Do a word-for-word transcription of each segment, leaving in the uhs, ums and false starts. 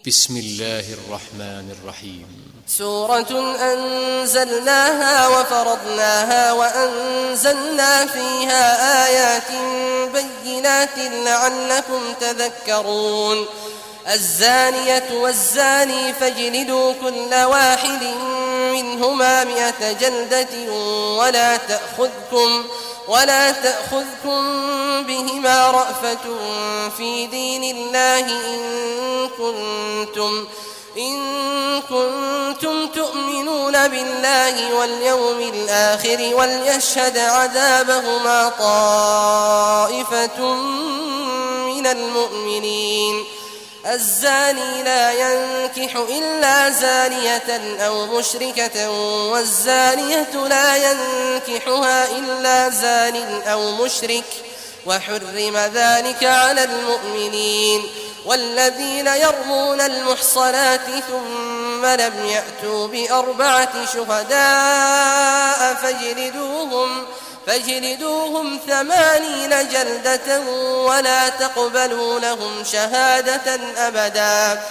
بسم الله الرحمن الرحيم. سورة أنزلناها وفرضناها وأنزلنا فيها آيات بينات لعلكم تذكرون. الزانية والزاني فاجلدوا كل واحد منهما مئة جلدة ولا تأخذكم ولا تأخذكم بهما رأفة في دين الله إن كنتم إن كنتم تؤمنون بالله واليوم الآخر وليشهد عذابهما طائفة من المؤمنين. الزاني لا ينكح إلا زانية أو مشركة والزانية لا ينكحها إلا زان أو مشرك وحرم ذلك على المؤمنين. والذين يرمون المحصنات ثم لم يأتوا بأربعة شهداء فاجلدوهم فاجلدوهم ثمانين جلدة ولا تقبلوا لهم شهادة أبدا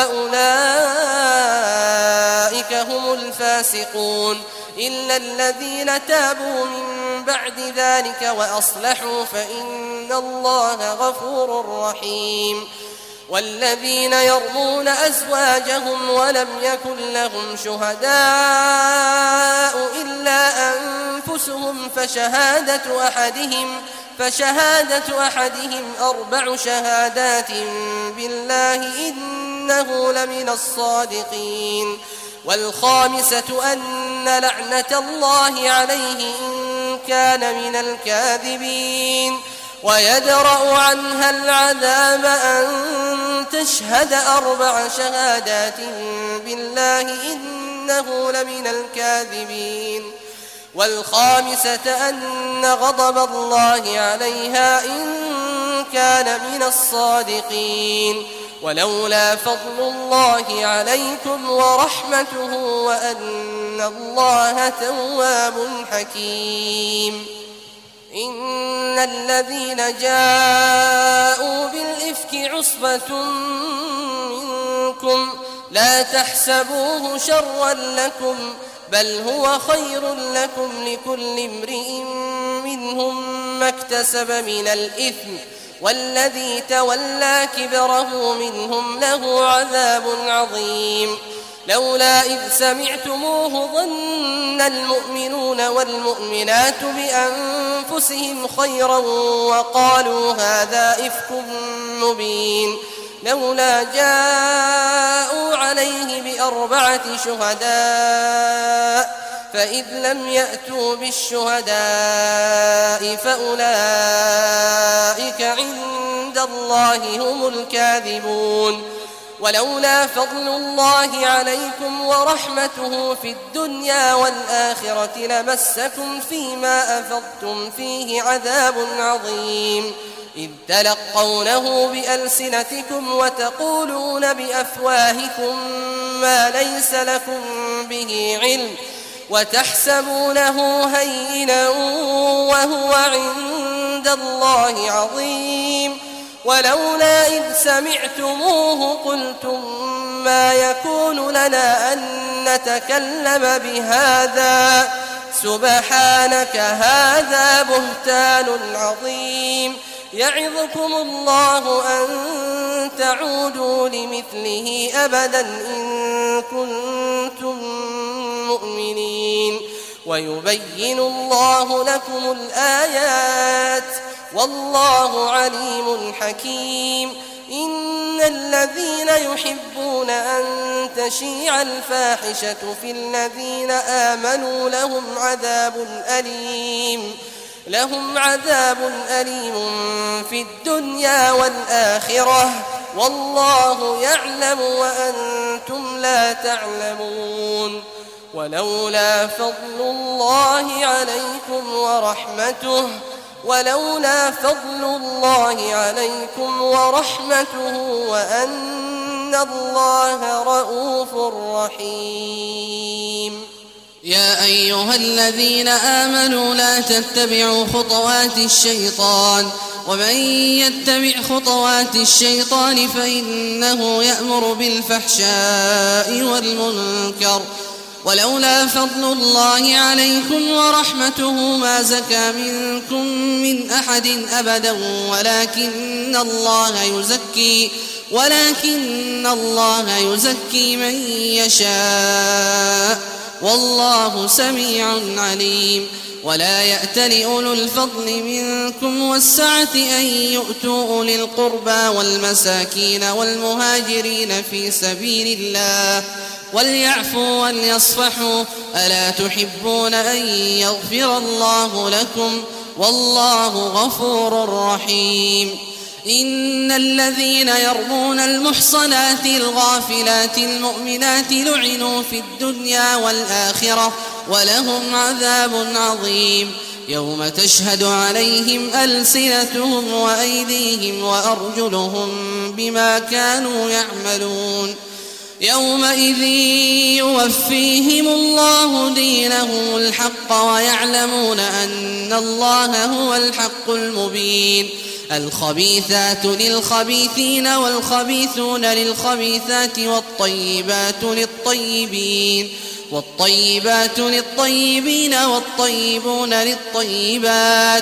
وأولئك هم الفاسقون. إلا الذين تابوا من بعد ذلك وأصلحوا فإن الله غفور رحيم. والذين يرمون أزواجهم ولم يكن لهم شهداء إلا أنفسهم فشهادة أحدهم فشهادة أحدهم أربع شهادات بالله إنه لمن الصادقين. والخامسة أن لعنة الله عليه إن كان من الكاذبين. ويدرأ عنها العذاب أن تشهد أربع شهادات بالله إنه لمن الكاذبين. والخامسة أن غضب الله عليها إن كان من الصادقين. ولولا فضل الله عليكم ورحمته وأن الله تواب حكيم. إن الذين جاءوا بالإفك عصبة منكم لا تحسبوه شرا لكم بل هو خير لكم لكل امرئ منهم ما اكتسب من الإثم والذي تولى كبره منهم له عذاب عظيم. لولا إذ سمعتموه ظن المؤمنون والمؤمنات بأنفسهم خيرا وقالوا هذا إفك مبين. لولا جاءوا عليه بأربعة شهداء فإذ لم يأتوا بالشهداء فأولئك عند الله هم الكاذبون. ولولا فضل الله عليكم ورحمته في الدنيا والآخرة لمسكم فيما أفضتم فيه عذاب عظيم. إذ تلقونه بألسنتكم وتقولون بأفواهكم ما ليس لكم به علم وتحسبونه هينا وهو عند الله عظيم. ولولا إذ سمعتموه قلتم ما يكون لنا أن نتكلم بهذا سبحانك هذا بهتان عظيم. يعظكم الله أن تعودوا لمثله أبدا إن كنتم مؤمنين. ويبين الله لكم الآيات والله عليم حكيم. إن الذين يحبون أن تشيع الفاحشة في الذين آمنوا لهم عذاب أليم لهم عذاب أليم في الدنيا والآخرة والله يعلم وأنتم لا تعلمون. ولولا فضل الله عليكم ورحمته ولولا فضل الله عليكم ورحمته وأن الله رءوف رحيم. يا أيها الذين آمنوا لا تتبعوا خطوات الشيطان ومن يتبع خطوات الشيطان فإنه يأمر بالفحشاء والمنكر ولولا فضل الله عليكم ورحمته ما زكى منكم من أحد أبدا ولكن الله يزكي ولكن الله يزكي من يشاء والله سميع عليم. ولا يأتل أولو الفضل منكم والسعة أن يؤتوا أولي القربى والمساكين والمهاجرين في سبيل الله وليعفوا وليصفحوا ألا تحبون أن يغفر الله لكم والله غفور رحيم. إن الذين يرمون المحصنات الغافلات المؤمنات لعنوا في الدنيا والآخرة ولهم عذاب عظيم يوم تشهد عليهم ألسنتهم وأيديهم وأرجلهم بما كانوا يعملون يومئذ يوفيهم الله دينهم الحق ويعلمون أن الله هو الحق المبين. الخبيثات للخبيثين والخبيثون للخبيثات والطيبات للطيبين والطيبات للطيبين والطيبون للطيبات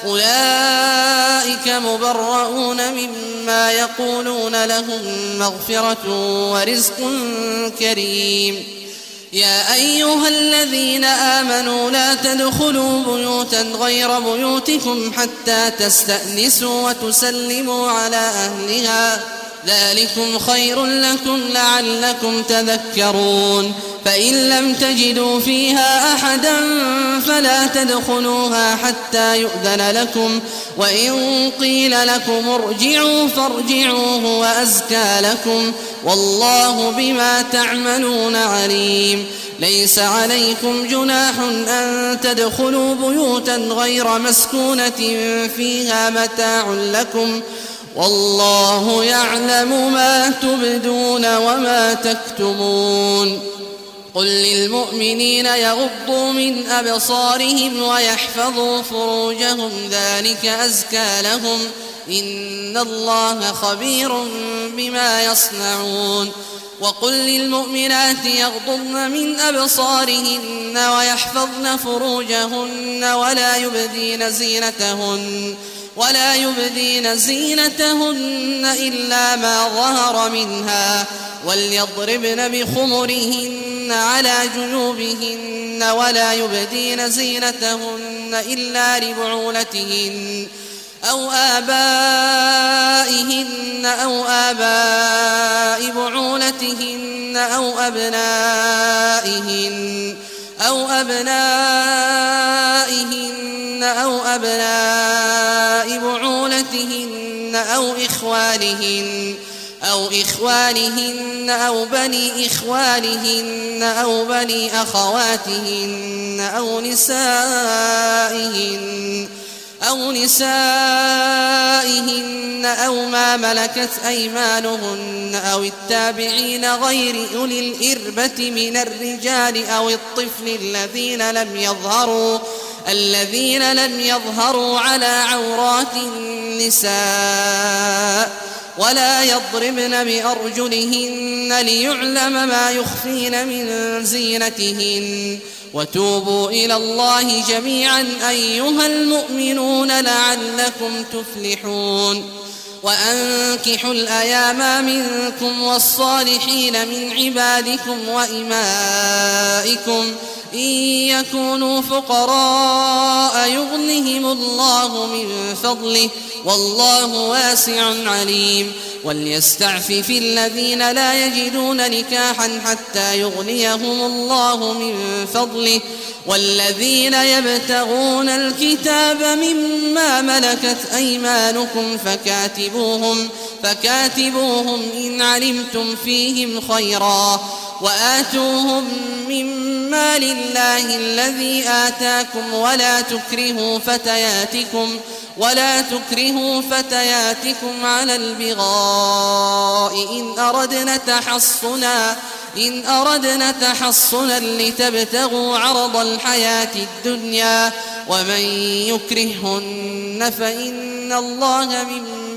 أولئك مبرؤون مما يقولون لهم مغفرة ورزق كريم. يا أيها الذين آمنوا لا تدخلوا بيوتا غير بيوتكم حتى تستأنسوا وتسلموا على أهلها ذلكم خير لكم لعلكم تذكرون. فإن لم تجدوا فيها أحدا فلا تدخلوها حتى يؤذن لكم وإن قيل لكم ارجعوا فارجعوا هو أزكى لكم والله بما تعملون عليم. ليس عليكم جناح أن تدخلوا بيوتا غير مسكونة فيها متاع لكم والله يعلم ما تبدون وما تكتمون. قل للمؤمنين يغضوا من أبصارهم ويحفظوا فروجهم ذلك أزكى لهم إن الله خبير بما يصنعون. وقل للمؤمنات يغضضن من أبصارهن ويحفظن فروجهن ولا يبدين زينتهن ولا يبدين زينتهن إلا ما ظهر منها وليضربن بخمرهن على جنوبهن ولا يبدين زينتهن إلا لبعولتهن أو آبائهن أو آباء بعولتهن أو أبنائهن أو أبنائهن أو أبناء بعولتهن أو إخوانهن أو إخوانهن أو بني إخوانهن أو بني أخواتهن أو نسائهن أو نسائهن أو ما ملكت أيمانهن أو التابعين غير أولي الإربة من الرجال أو الطفل الذين لم يظهروا الذين لم يظهروا على عورات النساء ولا يضربن بأرجلهن ليعلم ما يخفين من زينتهن وتوبوا إلى الله جميعا أيها المؤمنون لعلكم تفلحون. وأنكحوا الأيام منكم والصالحين من عبادكم وإمائكم إن يكونوا فقراء يغنهم الله من فضله والله واسع عليم. وليستعفف الذين لا يجدون نكاحا حتى يغنيهم الله من فضله والذين يبتغون الكتاب مما ملكت أيمانكم فكاتبوهم فكاتبوهم إن علمتم فيهم خيرا وآتوهم مما لله الذي آتاكم ولا تكرهوا فتياتكم ولا تكرهوا فتياتكم على البغاء إن أردنا تحصنا إن أردنا تحصنا لتبتغوا عرض الحياة الدنيا ومن يكرهن فإن الله من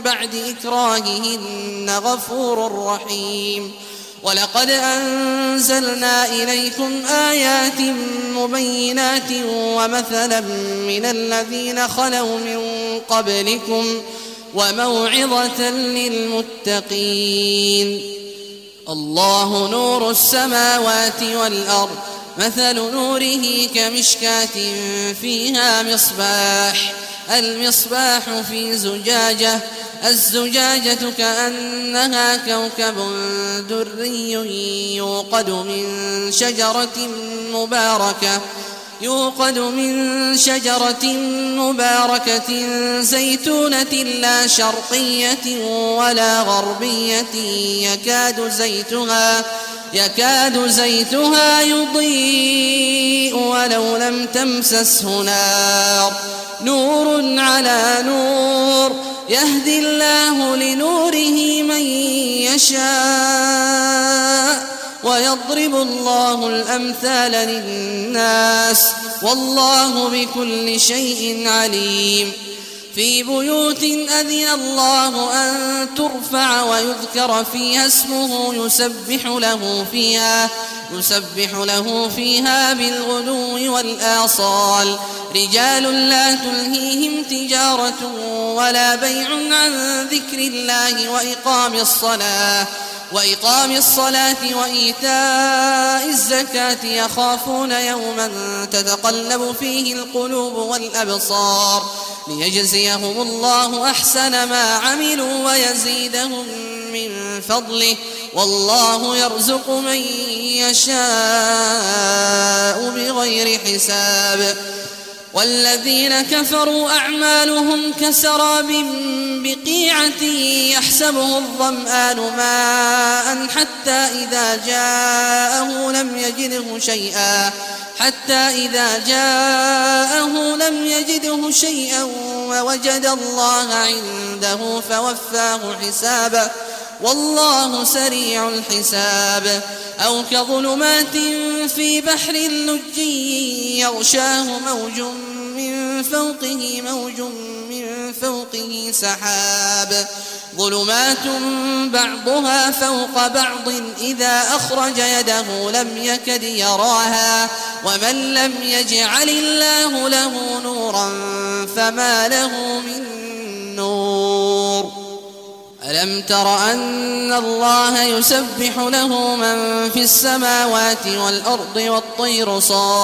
بعد إكراههن غفور رحيم. ولقد أنزلنا إليكم آيات مبينات ومثلا من الذين خلوا من قبلكم وموعظة للمتقين. الله نور السماوات والأرض، مثل نوره كمشكاة فيها مصباح، المصباح في زجاجة، الزجاجة كأنها كوكب دري يوقد من شجرة مباركة يوقد من شجرة مباركة زيتونة لا شرقية ولا غربية يكاد زيتها يكاد زيتها يضيء ولو لم تمسسه نار، نور على نور، يهدي الله لنوره من يشاء ويضرب الله الأمثال للناس والله بكل شيء عليم. في بيوت أذن الله أن ترفع ويذكر فيها اسمه يسبح له فيها يسبح له فيها بالغدو والآصال، رجال لا تلهيهم تجارة ولا بيع عن ذكر الله وإقام الصلاة وإقام الصلاة وإيتاء الزكاة يخافون يوما تتقلب فيه القلوب والأبصار، ليجزيهم الله أحسن ما عملوا ويزيدهم من فضله، والله يرزق من يشاء بغير حساب. والذين كفروا أعمالهم كسراب بقيعة يحسبه الظمآن ماء حتى إذا جاءه لم يجده شيئا حتى إذا جاءه لم يجده شيئا ووجد الله عنده فوفاه حسابه والله سريع الحساب. أو كظلمات في بحر لجي يغشاه موج من فوقه موج من فوقه سحاب، ظلمات بعضها فوق بعض إذا أخرج يده لم يكد يراها، ومن لم يجعل الله له نورا فما له من نور. ألم تر أن الله يسبح له من في السماوات والأرض والطير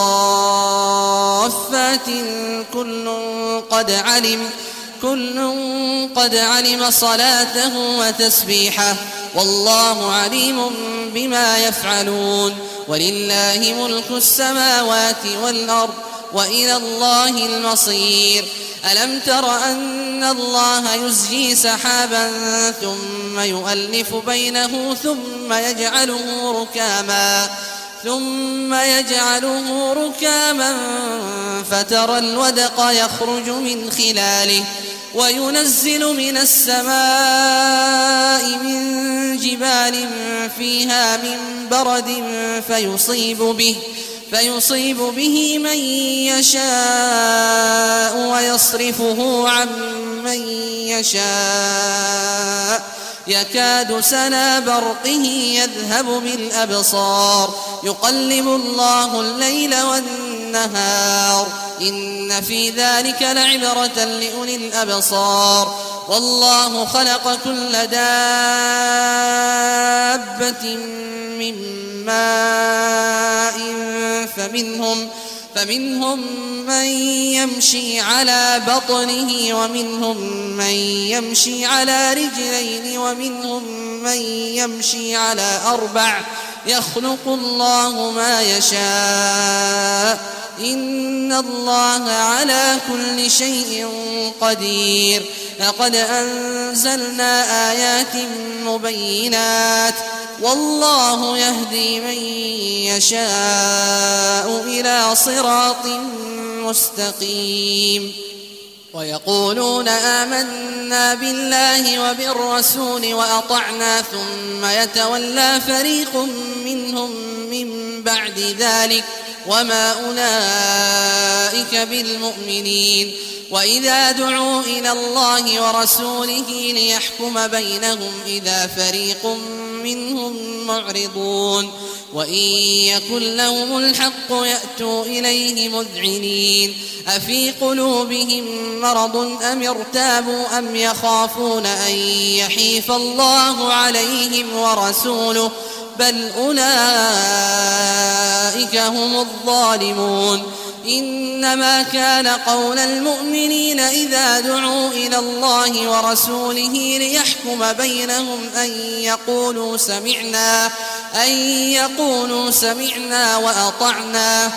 صافات كل قد علم كل قد علم صلاته وتسبيحه والله عليم بما يفعلون. ولله ملك السماوات والأرض وإلى الله المصير. ألم تر أن الله يزجي سحابا ثم يؤلف بينه ثم يجعله ركاما ثم يجعله ركاما فترى الودق يخرج من خلاله وينزل من السماء من جبال فيها من برد فيصيب به فيصيب به من يشاء ويصرفه عن من يشاء يكاد سنا برقه يذهب بالأبصار يقلب الله الليل والنهار إن في ذلك لعبرة لأولي الأبصار. والله خلق كل دابة من ماء فمنهم فمنهم من يمشي على بطنه ومنهم من يمشي على رجلين ومنهم من يمشي على أربع يخلق الله ما يشاء إن الله على كل شيء قدير. لقد أنزلنا آيات مبينات والله يهدي من يشاء إلى صراط مستقيم. ويقولون آمنا بالله وبالرسول وأطعنا ثم يتولى فريق منهم من بعد ذلك وما أولئك بالمؤمنين. وإذا دعوا إلى الله ورسوله ليحكم بينهم إذا فريق منهم معرضون وإن يكن لهم الحق يأتوا إليه مذعنين أفي قلوبهم مرض أم ارتابوا أم يخافون أن يحيف الله عليهم ورسوله بل أولئك هم الظالمون إنما كان قول المؤمنين إذا دعوا إلى الله ورسوله ليحكم بينهم أن يقولوا سمعنا أن يقولوا سمعنا وأطعنا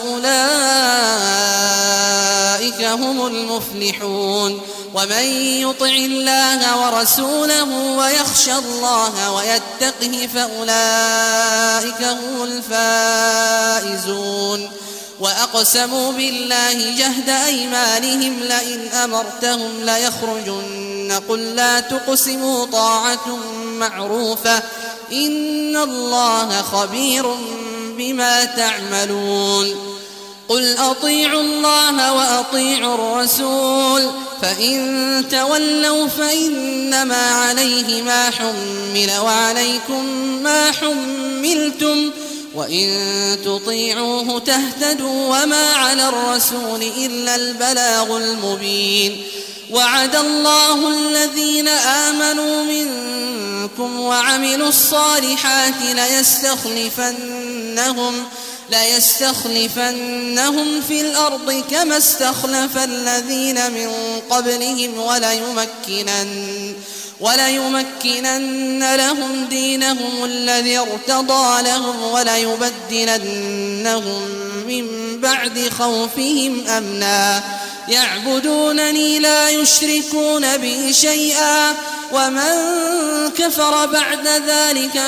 وأولئك هم المفلحون ومن يطع الله ورسوله ويخشى الله ويتقه فأولئك هم الفائزون وأقسموا بالله جهد أيمانهم لئن أمرتهم ليخرجن قل لا تقسموا طاعة معروفة إن الله خبير بما تعملون قل أطيعوا الله وأطيعوا الرسول فإن تولوا فإنما عليه ما حمل وعليكم ما حملتم وإن تطيعوه تهتدوا وما على الرسول إلا البلاغ المبين وعد الله الذين آمنوا منكم وعملوا الصالحات ليستخلفنهم ليستخلفنهم في الأرض كما استخلف الذين من قبلهم وليمكنن وليمكنن لهم دينهم الذي ارتضى لهم وليبدلنهم من بعد خوفهم أمنا يعبدونني لا يشركون بي شيئا ومن كفر بعد ذلك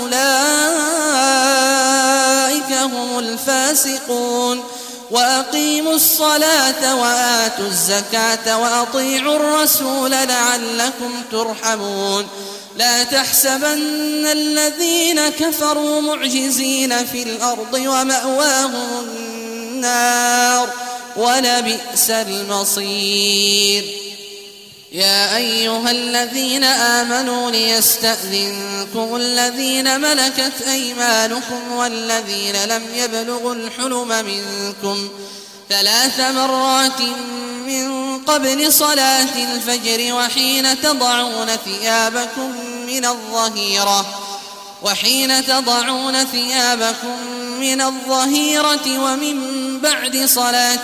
فأولئك هم الفاسقون وأقيموا الصلاة وآتوا الزكاة وأطيعوا الرسول لعلكم ترحمون لا تحسبن الذين كفروا معجزين في الأرض ومأواهم النار ولبئس المصير يا أيها الذين آمنوا ليستأذنكم الذين ملكت أيمانكم والذين لم يبلغوا الحلم منكم ثلاث مرات من قبل صلاة الفجر وحين تضعون ثيابكم من الظهيرة وحين تضعون ثيابكم من الظهيرة ومن بعد صلاة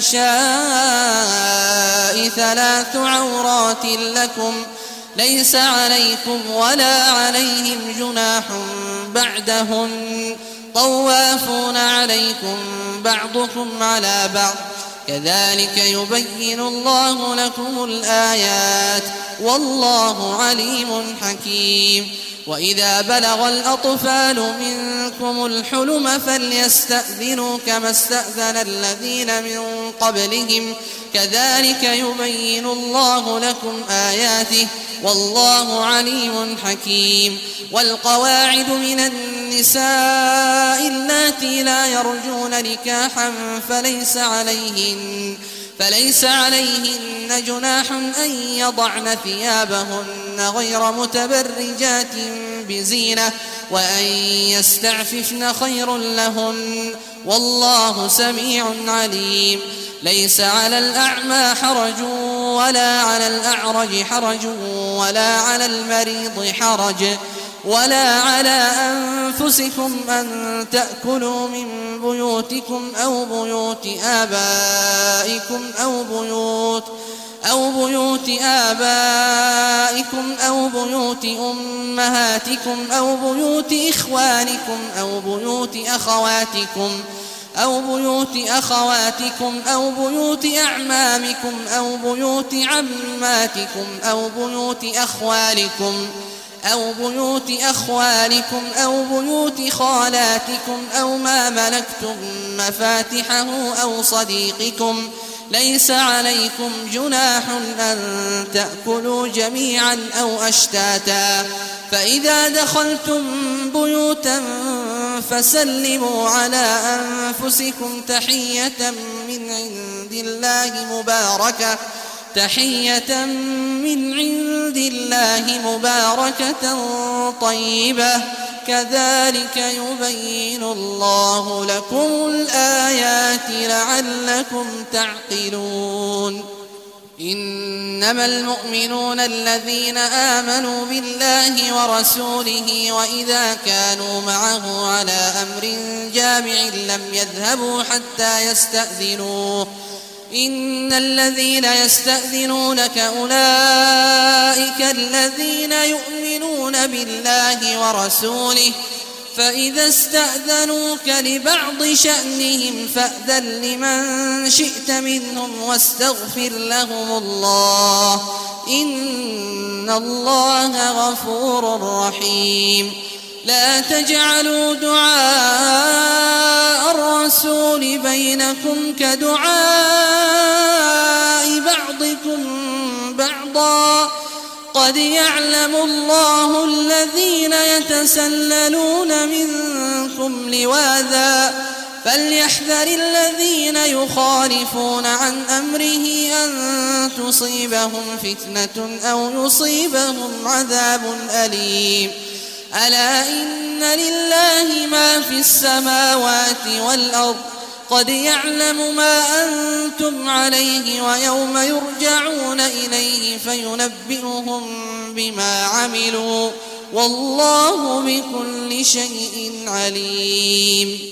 العشاء ثلاث عورات لكم ليس عليكم ولا عليهم جناح بعدهن طوافون عليكم بعضكم على بعض كذلك يبين الله لكم الآيات والله عليم حكيم وإذا بلغ الأطفال منكم الحلم فليستأذنوا كما استأذن الذين من قبلهم كذلك يبين الله لكم آياته والله عليم حكيم والقواعد من النساء اللاتي لا يرجون نكاحا فليس عليهن فليس عليهن جناح أن يضعن ثيابهن غير متبرجات بزينة وأن يستعففن خير لهن والله سميع عليم ليس على الأعمى حرج ولا على الأعرج حرج ولا على المريض حرج ولا على أنفسكم أن تأكلوا من بيوتكم أو بيوت آبائكم أو بيوت أو بيوت آبائكم أو بيوت أمهاتكم أو بيوت إخوانكم أو بيوت أخواتكم أو بيوت أخواتكم أو بيوت أعمامكم أو بيوت عماتكم أو بيوت أخوالكم أو بيوت أخوالكم أو بيوت خالاتكم أو ما ملكتم مفاتحه أو صديقكم ليس عليكم جناح أن تأكلوا جميعا أو أشتاتا فإذا دخلتم بيوتا فسلموا على أنفسكم تحية من عند الله مباركة تحية من عند الله مباركة طيبة كذلك يبين الله لكم الآيات لعلكم تعقلون إنما المؤمنون الذين آمنوا بالله ورسوله وإذا كانوا معه على أمر جامع لم يذهبوا حتى يستأذنوه إن الذين يستأذنونك أولئك الذين يؤمنون بالله ورسوله فإذا استأذنوك لبعض شأنهم فأذن لمن شئت منهم واستغفر لهم الله إن الله غفور رحيم لا تجعلوا دعاء الرسول بينكم كدعاء بعضكم بعضا قد يعلم الله الذين يتسللون منكم لواذا فليحذر الذين يخالفون عن أمره أن تصيبهم فتنة أو يصيبهم عذاب أليم ألا إن لله ما في السماوات والأرض قد يعلم ما أنتم عليه ويوم يرجعون إليه فينبئهم بما عملوا والله بكل شيء عليم